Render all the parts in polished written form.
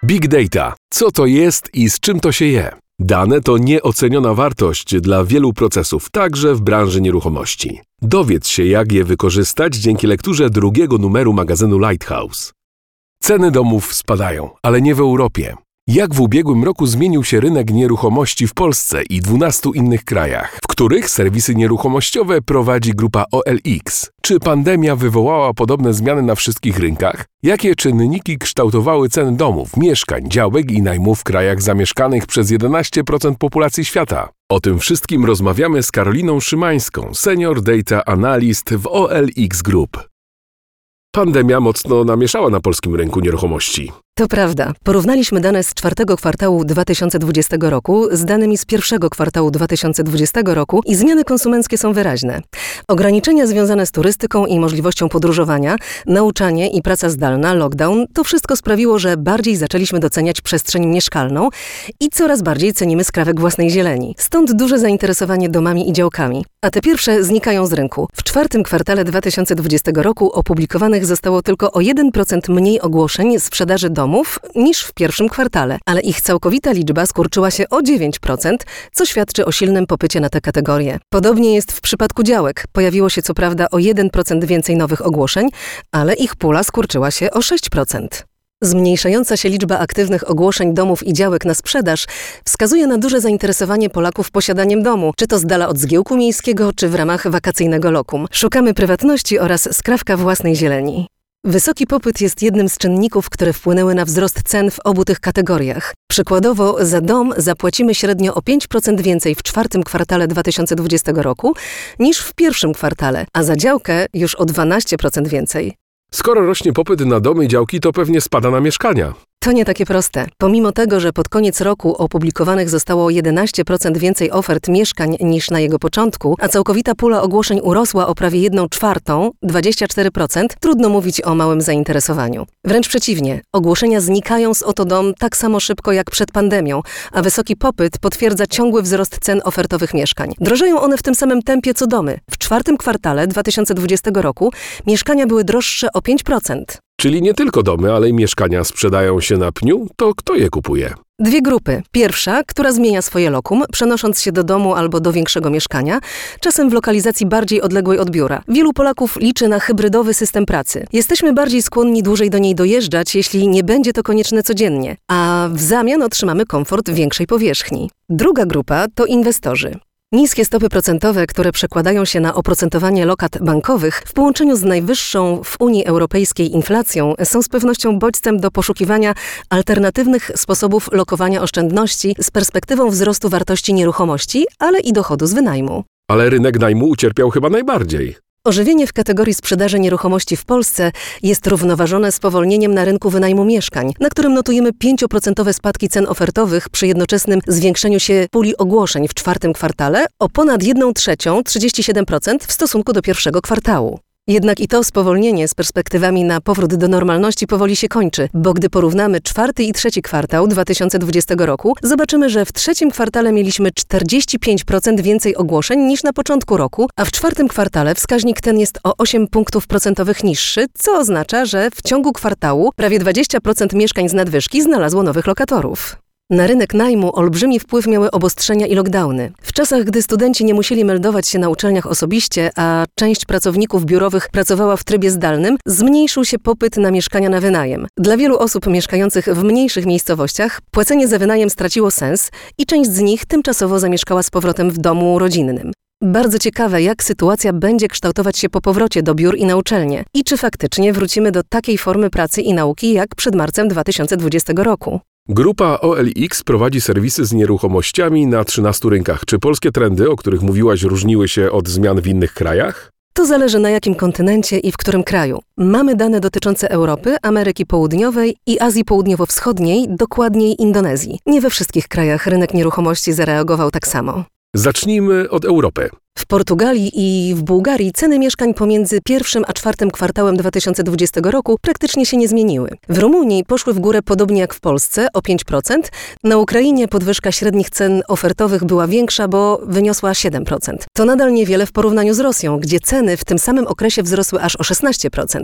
Big Data. Co to jest i z czym to się je? Dane to nieoceniona wartość dla wielu procesów, także w branży nieruchomości. Dowiedz się, jak je wykorzystać dzięki lekturze drugiego numeru magazynu Lighthouse. Ceny domów spadają, ale nie w Europie. Jak w ubiegłym roku zmienił się rynek nieruchomości w Polsce i 12 innych krajach, w których serwisy nieruchomościowe prowadzi grupa OLX? Czy pandemia wywołała podobne zmiany na wszystkich rynkach? Jakie czynniki kształtowały ceny domów, mieszkań, działek i najmu w krajach zamieszkanych przez 11% populacji świata? O tym wszystkim rozmawiamy z Karoliną Szymańską, Senior Data Analyst w OLX Group. Pandemia mocno namieszała na polskim rynku nieruchomości. To prawda. Porównaliśmy dane z czwartego kwartału 2020 roku z danymi z pierwszego kwartału 2020 roku i zmiany konsumenckie są wyraźne. Ograniczenia związane z turystyką i możliwością podróżowania, nauczanie i praca zdalna, lockdown, to wszystko sprawiło, że bardziej zaczęliśmy doceniać przestrzeń mieszkalną i coraz bardziej cenimy skrawek własnej zieleni. Stąd duże zainteresowanie domami i działkami. A te pierwsze znikają z rynku. W czwartym kwartale 2020 roku opublikowanych zostało tylko o 1% mniej ogłoszeń sprzedaży domów niż w pierwszym kwartale, ale ich całkowita liczba skurczyła się o 9%, co świadczy o silnym popycie na tę kategorię. Podobnie jest w przypadku działek. Pojawiło się co prawda o 1% więcej nowych ogłoszeń, ale ich pula skurczyła się o 6%. Zmniejszająca się liczba aktywnych ogłoszeń domów i działek na sprzedaż wskazuje na duże zainteresowanie Polaków posiadaniem domu, czy to z dala od zgiełku miejskiego, czy w ramach wakacyjnego lokum. Szukamy prywatności oraz skrawka własnej zieleni. Wysoki popyt jest jednym z czynników, które wpłynęły na wzrost cen w obu tych kategoriach. Przykładowo za dom zapłacimy średnio o 5% więcej w czwartym kwartale 2020 roku niż w pierwszym kwartale, a za działkę już o 12% więcej. Skoro rośnie popyt na domy i działki, to pewnie spada na mieszkania. To nie takie proste. Pomimo tego, że pod koniec roku opublikowanych zostało 11% więcej ofert mieszkań niż na jego początku, a całkowita pula ogłoszeń urosła o prawie 1/4, 24%, trudno mówić o małym zainteresowaniu. Wręcz przeciwnie, ogłoszenia znikają z Oto Dom tak samo szybko jak przed pandemią, a wysoki popyt potwierdza ciągły wzrost cen ofertowych mieszkań. Drożeją one w tym samym tempie co domy. W czwartym kwartale 2020 roku mieszkania były droższe o 5%. Czyli nie tylko domy, ale i mieszkania sprzedają się na pniu, to kto je kupuje? Dwie grupy. Pierwsza, która zmienia swoje lokum, przenosząc się do domu albo do większego mieszkania, czasem w lokalizacji bardziej odległej od biura. Wielu Polaków liczy na hybrydowy system pracy. Jesteśmy bardziej skłonni dłużej do niej dojeżdżać, jeśli nie będzie to konieczne codziennie, a w zamian otrzymamy komfort większej powierzchni. Druga grupa to inwestorzy. Niskie stopy procentowe, które przekładają się na oprocentowanie lokat bankowych, w połączeniu z najwyższą w Unii Europejskiej inflacją, są z pewnością bodźcem do poszukiwania alternatywnych sposobów lokowania oszczędności z perspektywą wzrostu wartości nieruchomości, ale i dochodu z wynajmu. Ale rynek najmu ucierpiał chyba najbardziej. Ożywienie w kategorii sprzedaży nieruchomości w Polsce jest równoważone spowolnieniem na rynku wynajmu mieszkań, na którym notujemy 5% spadki cen ofertowych przy jednoczesnym zwiększeniu się puli ogłoszeń w czwartym kwartale o ponad 1/3, 37% w stosunku do pierwszego kwartału. Jednak i to spowolnienie z perspektywami na powrót do normalności powoli się kończy, bo gdy porównamy czwarty i trzeci kwartał 2020 roku, zobaczymy, że w trzecim kwartale mieliśmy 45% więcej ogłoszeń niż na początku roku, a w czwartym kwartale wskaźnik ten jest o 8 punktów procentowych niższy, co oznacza, że w ciągu kwartału prawie 20% mieszkań z nadwyżki znalazło nowych lokatorów. Na rynek najmu olbrzymi wpływ miały obostrzenia i lockdowny. W czasach, gdy studenci nie musieli meldować się na uczelniach osobiście, a część pracowników biurowych pracowała w trybie zdalnym, zmniejszył się popyt na mieszkania na wynajem. Dla wielu osób mieszkających w mniejszych miejscowościach płacenie za wynajem straciło sens i część z nich tymczasowo zamieszkała z powrotem w domu rodzinnym. Bardzo ciekawe, jak sytuacja będzie kształtować się po powrocie do biur i na uczelnie i czy faktycznie wrócimy do takiej formy pracy i nauki jak przed marcem 2020 roku. Grupa OLX prowadzi serwisy z nieruchomościami na 13 rynkach. Czy polskie trendy, o których mówiłaś, różniły się od zmian w innych krajach? To zależy na jakim kontynencie i w którym kraju. Mamy dane dotyczące Europy, Ameryki Południowej i Azji Południowo-Wschodniej, dokładniej Indonezji. Nie we wszystkich krajach rynek nieruchomości zareagował tak samo. Zacznijmy od Europy. W Portugalii i w Bułgarii ceny mieszkań pomiędzy pierwszym a czwartym kwartałem 2020 roku praktycznie się nie zmieniły. W Rumunii poszły w górę podobnie jak w Polsce o 5%. Na Ukrainie podwyżka średnich cen ofertowych była większa, bo wyniosła 7%. To nadal niewiele w porównaniu z Rosją, gdzie ceny w tym samym okresie wzrosły aż o 16%.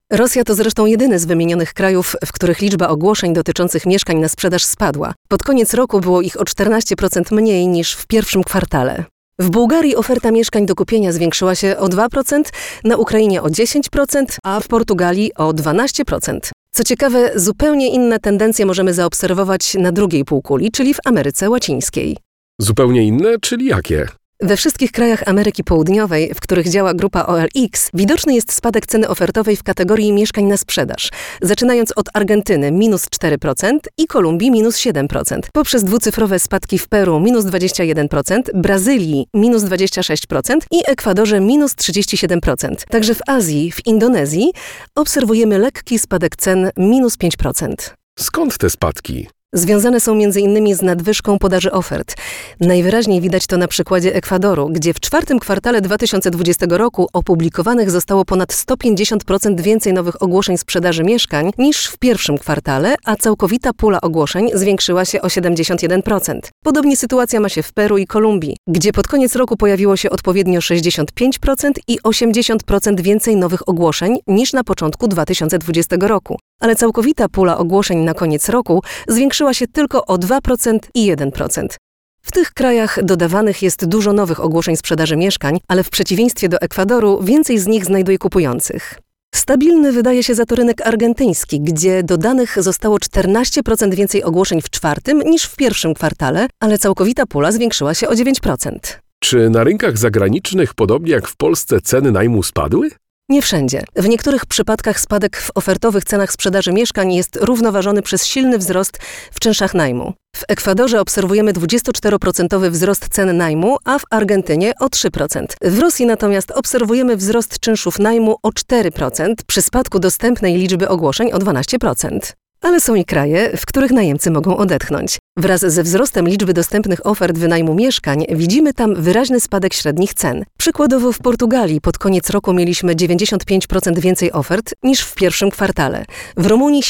Rosja to zresztą jedyny z wymienionych krajów, w których liczba ogłoszeń dotyczących mieszkań na sprzedaż spadła. Pod koniec roku było ich o 14% mniej niż w pierwszym kwartale. W Bułgarii oferta mieszkań do kupienia zwiększyła się o 2%, na Ukrainie o 10%, a w Portugalii o 12%. Co ciekawe, zupełnie inne tendencje możemy zaobserwować na drugiej półkuli, czyli w Ameryce Łacińskiej. Zupełnie inne, czyli jakie? We wszystkich krajach Ameryki Południowej, w których działa grupa OLX, widoczny jest spadek ceny ofertowej w kategorii mieszkań na sprzedaż, zaczynając od Argentyny minus 4% i Kolumbii minus 7%, poprzez dwucyfrowe spadki w Peru minus 21%, Brazylii minus 26% i Ekwadorze minus 37%. Także w Azji, w Indonezji obserwujemy lekki spadek cen minus 5%. Skąd te spadki? Związane są m.in. z nadwyżką podaży ofert. Najwyraźniej widać to na przykładzie Ekwadoru, gdzie w czwartym kwartale 2020 roku opublikowanych zostało ponad 150% więcej nowych ogłoszeń sprzedaży mieszkań niż w pierwszym kwartale, a całkowita pula ogłoszeń zwiększyła się o 71%. Podobnie sytuacja ma się w Peru i Kolumbii, gdzie pod koniec roku pojawiło się odpowiednio 65% i 80% więcej nowych ogłoszeń niż na początku 2020 roku. Ale całkowita pula ogłoszeń na koniec roku zwiększyła się tylko o 2% i 1%. W tych krajach dodawanych jest dużo nowych ogłoszeń sprzedaży mieszkań, ale w przeciwieństwie do Ekwadoru więcej z nich znajduje kupujących. Stabilny wydaje się za to rynek argentyński, gdzie dodanych zostało 14% więcej ogłoszeń w czwartym niż w pierwszym kwartale, ale całkowita pula zwiększyła się o 9%. Czy na rynkach zagranicznych, podobnie jak w Polsce, ceny najmu spadły? Nie wszędzie. W niektórych przypadkach spadek w ofertowych cenach sprzedaży mieszkań jest równoważony przez silny wzrost w czynszach najmu. W Ekwadorze obserwujemy 24% wzrost cen najmu, a w Argentynie o 3%. W Rosji natomiast obserwujemy wzrost czynszów najmu o 4%, przy spadku dostępnej liczby ogłoszeń o 12%. Ale są i kraje, w których najemcy mogą odetchnąć. Wraz ze wzrostem liczby dostępnych ofert wynajmu mieszkań widzimy tam wyraźny spadek średnich cen. Przykładowo w Portugalii pod koniec roku mieliśmy 95% więcej ofert niż w pierwszym kwartale, w Rumunii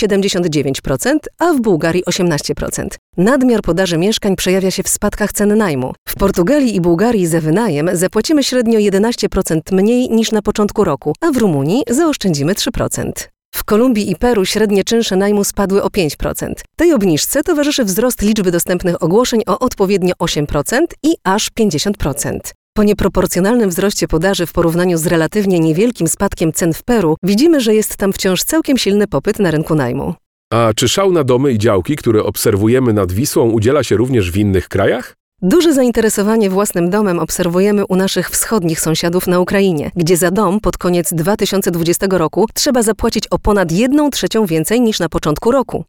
79%, a w Bułgarii 18%. Nadmiar podaży mieszkań przejawia się w spadkach cen najmu. W Portugalii i Bułgarii za wynajem zapłacimy średnio 11% mniej niż na początku roku, a w Rumunii zaoszczędzimy 3%. W Kolumbii i Peru średnie czynsze najmu spadły o 5%. Tej obniżce towarzyszy wzrost liczby dostępnych ogłoszeń o odpowiednio 8% i aż 50%. Po nieproporcjonalnym wzroście podaży w porównaniu z relatywnie niewielkim spadkiem cen w Peru, widzimy, że jest tam wciąż całkiem silny popyt na rynku najmu. A czy szał na domy i działki, które obserwujemy nad Wisłą, udziela się również w innych krajach? Duże zainteresowanie własnym domem obserwujemy u naszych wschodnich sąsiadów na Ukrainie, gdzie za dom pod koniec 2020 roku trzeba zapłacić o ponad 1/3 więcej niż na początku roku.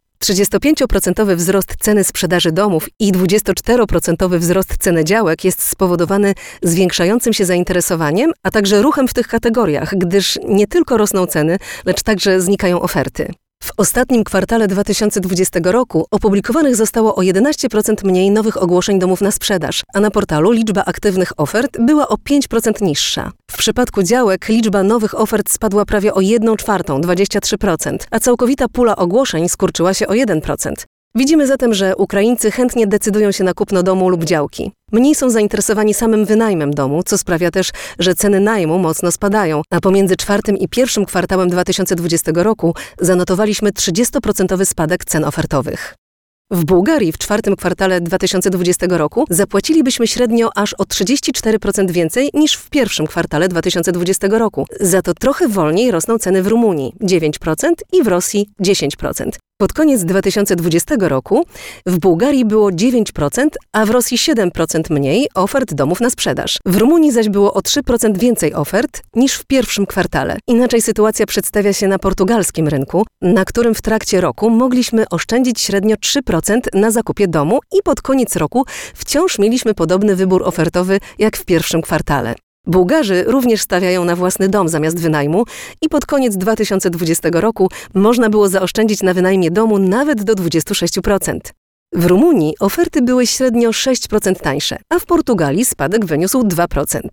35% wzrost ceny sprzedaży domów i 24% wzrost ceny działek jest spowodowany zwiększającym się zainteresowaniem, a także ruchem w tych kategoriach, gdyż nie tylko rosną ceny, lecz także znikają oferty. W ostatnim kwartale 2020 roku opublikowanych zostało o 11% mniej nowych ogłoszeń domów na sprzedaż, a na portalu liczba aktywnych ofert była o 5% niższa. W przypadku działek liczba nowych ofert spadła prawie o 1/4, 23%, a całkowita pula ogłoszeń skurczyła się o 1%. Widzimy zatem, że Ukraińcy chętnie decydują się na kupno domu lub działki. Mniej są zainteresowani samym wynajmem domu, co sprawia też, że ceny najmu mocno spadają, a pomiędzy czwartym i pierwszym kwartałem 2020 roku zanotowaliśmy 30% spadek cen ofertowych. W Bułgarii w czwartym kwartale 2020 roku zapłacilibyśmy średnio aż o 34% więcej niż w pierwszym kwartale 2020 roku. Za to trochę wolniej rosną ceny w Rumunii 9% i w Rosji 10%. Pod koniec 2020 roku w Bułgarii było 9%, a w Rosji 7% mniej ofert domów na sprzedaż. W Rumunii zaś było o 3% więcej ofert niż w pierwszym kwartale. Inaczej sytuacja przedstawia się na portugalskim rynku, na którym w trakcie roku mogliśmy oszczędzić średnio 3% na zakupie domu i pod koniec roku wciąż mieliśmy podobny wybór ofertowy jak w pierwszym kwartale. Bułgarzy również stawiają na własny dom zamiast wynajmu i pod koniec 2020 roku można było zaoszczędzić na wynajmie domu nawet do 26%. W Rumunii oferty były średnio 6% tańsze, a w Portugalii spadek wyniósł 2%.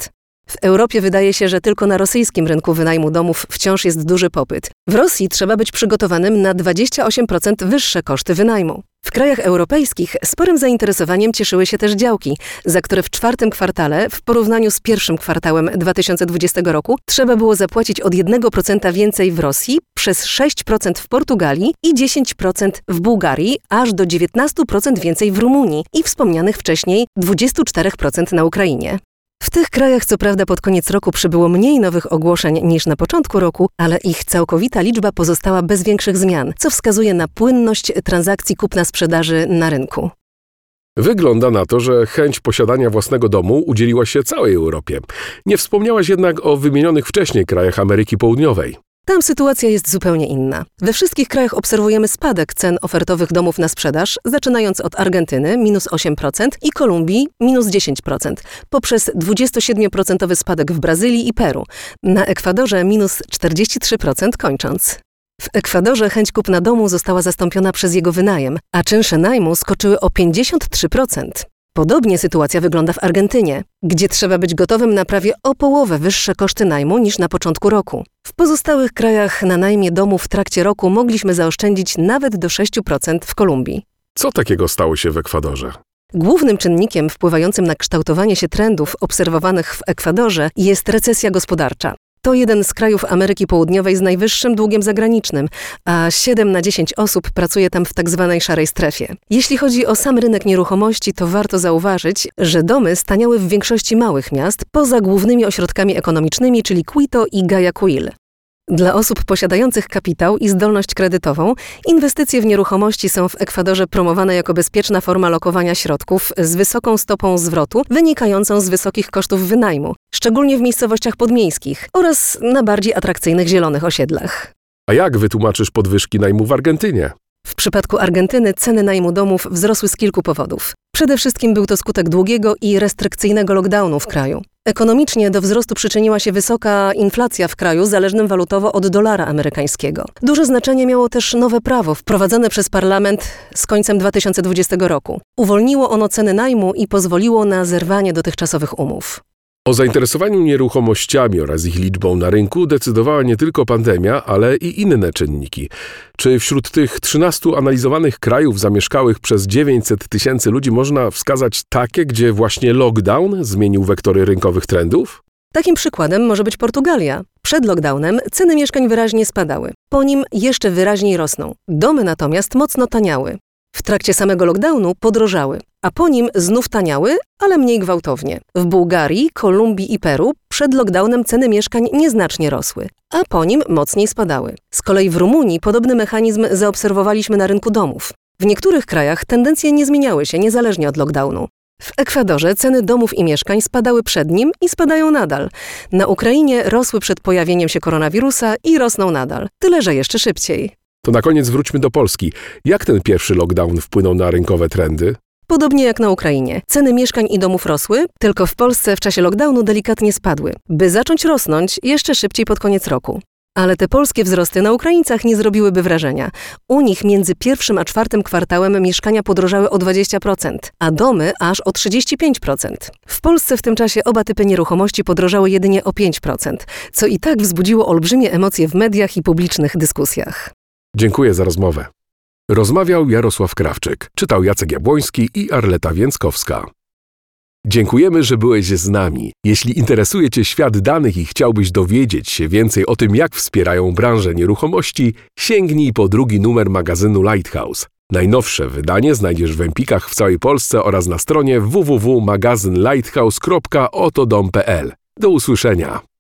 W Europie wydaje się, że tylko na rosyjskim rynku wynajmu domów wciąż jest duży popyt. W Rosji trzeba być przygotowanym na 28% wyższe koszty wynajmu. W krajach europejskich sporym zainteresowaniem cieszyły się też działki, za które w czwartym kwartale, w porównaniu z pierwszym kwartałem 2020 roku, trzeba było zapłacić od 1% więcej w Rosji, przez 6% w Portugalii i 10% w Bułgarii, aż do 19% więcej w Rumunii i wspomnianych wcześniej 24% na Ukrainie. W tych krajach co prawda pod koniec roku przybyło mniej nowych ogłoszeń niż na początku roku, ale ich całkowita liczba pozostała bez większych zmian, co wskazuje na płynność transakcji kupna-sprzedaży na rynku. Wygląda na to, że chęć posiadania własnego domu udzieliła się całej Europie. Nie wspomniałaś jednak o wymienionych wcześniej krajach Ameryki Południowej. Tam sytuacja jest zupełnie inna. We wszystkich krajach obserwujemy spadek cen ofertowych domów na sprzedaż, zaczynając od Argentyny minus 8% i Kolumbii minus 10%, poprzez 27% spadek w Brazylii i Peru, na Ekwadorze minus 43% kończąc. W Ekwadorze chęć kupna domu została zastąpiona przez jego wynajem, a czynsze najmu skoczyły o 53%. Podobnie sytuacja wygląda w Argentynie, gdzie trzeba być gotowym na prawie o połowę wyższe koszty najmu niż na początku roku. W pozostałych krajach na najmie domu w trakcie roku mogliśmy zaoszczędzić nawet do 6% w Kolumbii. Co takiego stało się w Ekwadorze? Głównym czynnikiem wpływającym na kształtowanie się trendów obserwowanych w Ekwadorze jest recesja gospodarcza. To jeden z krajów Ameryki Południowej z najwyższym długiem zagranicznym, a 7 na 10 osób pracuje tam w tzw. szarej strefie. Jeśli chodzi o sam rynek nieruchomości, to warto zauważyć, że domy staniały w większości małych miast poza głównymi ośrodkami ekonomicznymi, czyli Quito i Guayaquil. Dla osób posiadających kapitał i zdolność kredytową, inwestycje w nieruchomości są w Ekwadorze promowane jako bezpieczna forma lokowania środków z wysoką stopą zwrotu wynikającą z wysokich kosztów wynajmu, szczególnie w miejscowościach podmiejskich oraz na bardziej atrakcyjnych zielonych osiedlach. A jak wytłumaczysz podwyżki najmu w Argentynie? W przypadku Argentyny ceny najmu domów wzrosły z kilku powodów. Przede wszystkim był to skutek długiego i restrykcyjnego lockdownu w kraju. Ekonomicznie do wzrostu przyczyniła się wysoka inflacja w kraju zależnym walutowo od dolara amerykańskiego. Duże znaczenie miało też nowe prawo wprowadzone przez parlament z końcem 2020 roku. Uwolniło ono ceny najmu i pozwoliło na zerwanie dotychczasowych umów. O zainteresowaniu nieruchomościami oraz ich liczbą na rynku decydowała nie tylko pandemia, ale i inne czynniki. Czy wśród tych 13 analizowanych krajów zamieszkałych przez 900 000 ludzi można wskazać takie, gdzie właśnie lockdown zmienił wektory rynkowych trendów? Takim przykładem może być Portugalia. Przed lockdownem ceny mieszkań wyraźnie spadały. Po nim jeszcze wyraźniej rosną. Domy natomiast mocno taniały. W trakcie samego lockdownu podrożały, a po nim znów taniały, ale mniej gwałtownie. W Bułgarii, Kolumbii i Peru przed lockdownem ceny mieszkań nieznacznie rosły, a po nim mocniej spadały. Z kolei w Rumunii podobny mechanizm zaobserwowaliśmy na rynku domów. W niektórych krajach tendencje nie zmieniały się niezależnie od lockdownu. W Ekwadorze ceny domów i mieszkań spadały przed nim i spadają nadal. Na Ukrainie rosły przed pojawieniem się koronawirusa i rosną nadal, tyle że jeszcze szybciej. To na koniec wróćmy do Polski. Jak ten pierwszy lockdown wpłynął na rynkowe trendy? Podobnie jak na Ukrainie. Ceny mieszkań i domów rosły, tylko w Polsce w czasie lockdownu delikatnie spadły, by zacząć rosnąć jeszcze szybciej pod koniec roku. Ale te polskie wzrosty na Ukraińcach nie zrobiłyby wrażenia. U nich między pierwszym a czwartym kwartałem mieszkania podrożały o 20%, a domy aż o 35%. W Polsce w tym czasie oba typy nieruchomości podrożały jedynie o 5%, co i tak wzbudziło olbrzymie emocje w mediach i publicznych dyskusjach. Dziękuję za rozmowę. Rozmawiał Jarosław Krawczyk, czytał Jacek Jabłoński i Arleta Więckowska. Dziękujemy, że byłeś z nami. Jeśli interesuje Cię świat danych i chciałbyś dowiedzieć się więcej o tym, jak wspierają branżę nieruchomości, sięgnij po drugi numer magazynu Lighthouse. Najnowsze wydanie znajdziesz w Empikach w całej Polsce oraz na stronie www.magazynlighthouse.otodom.pl. Do usłyszenia.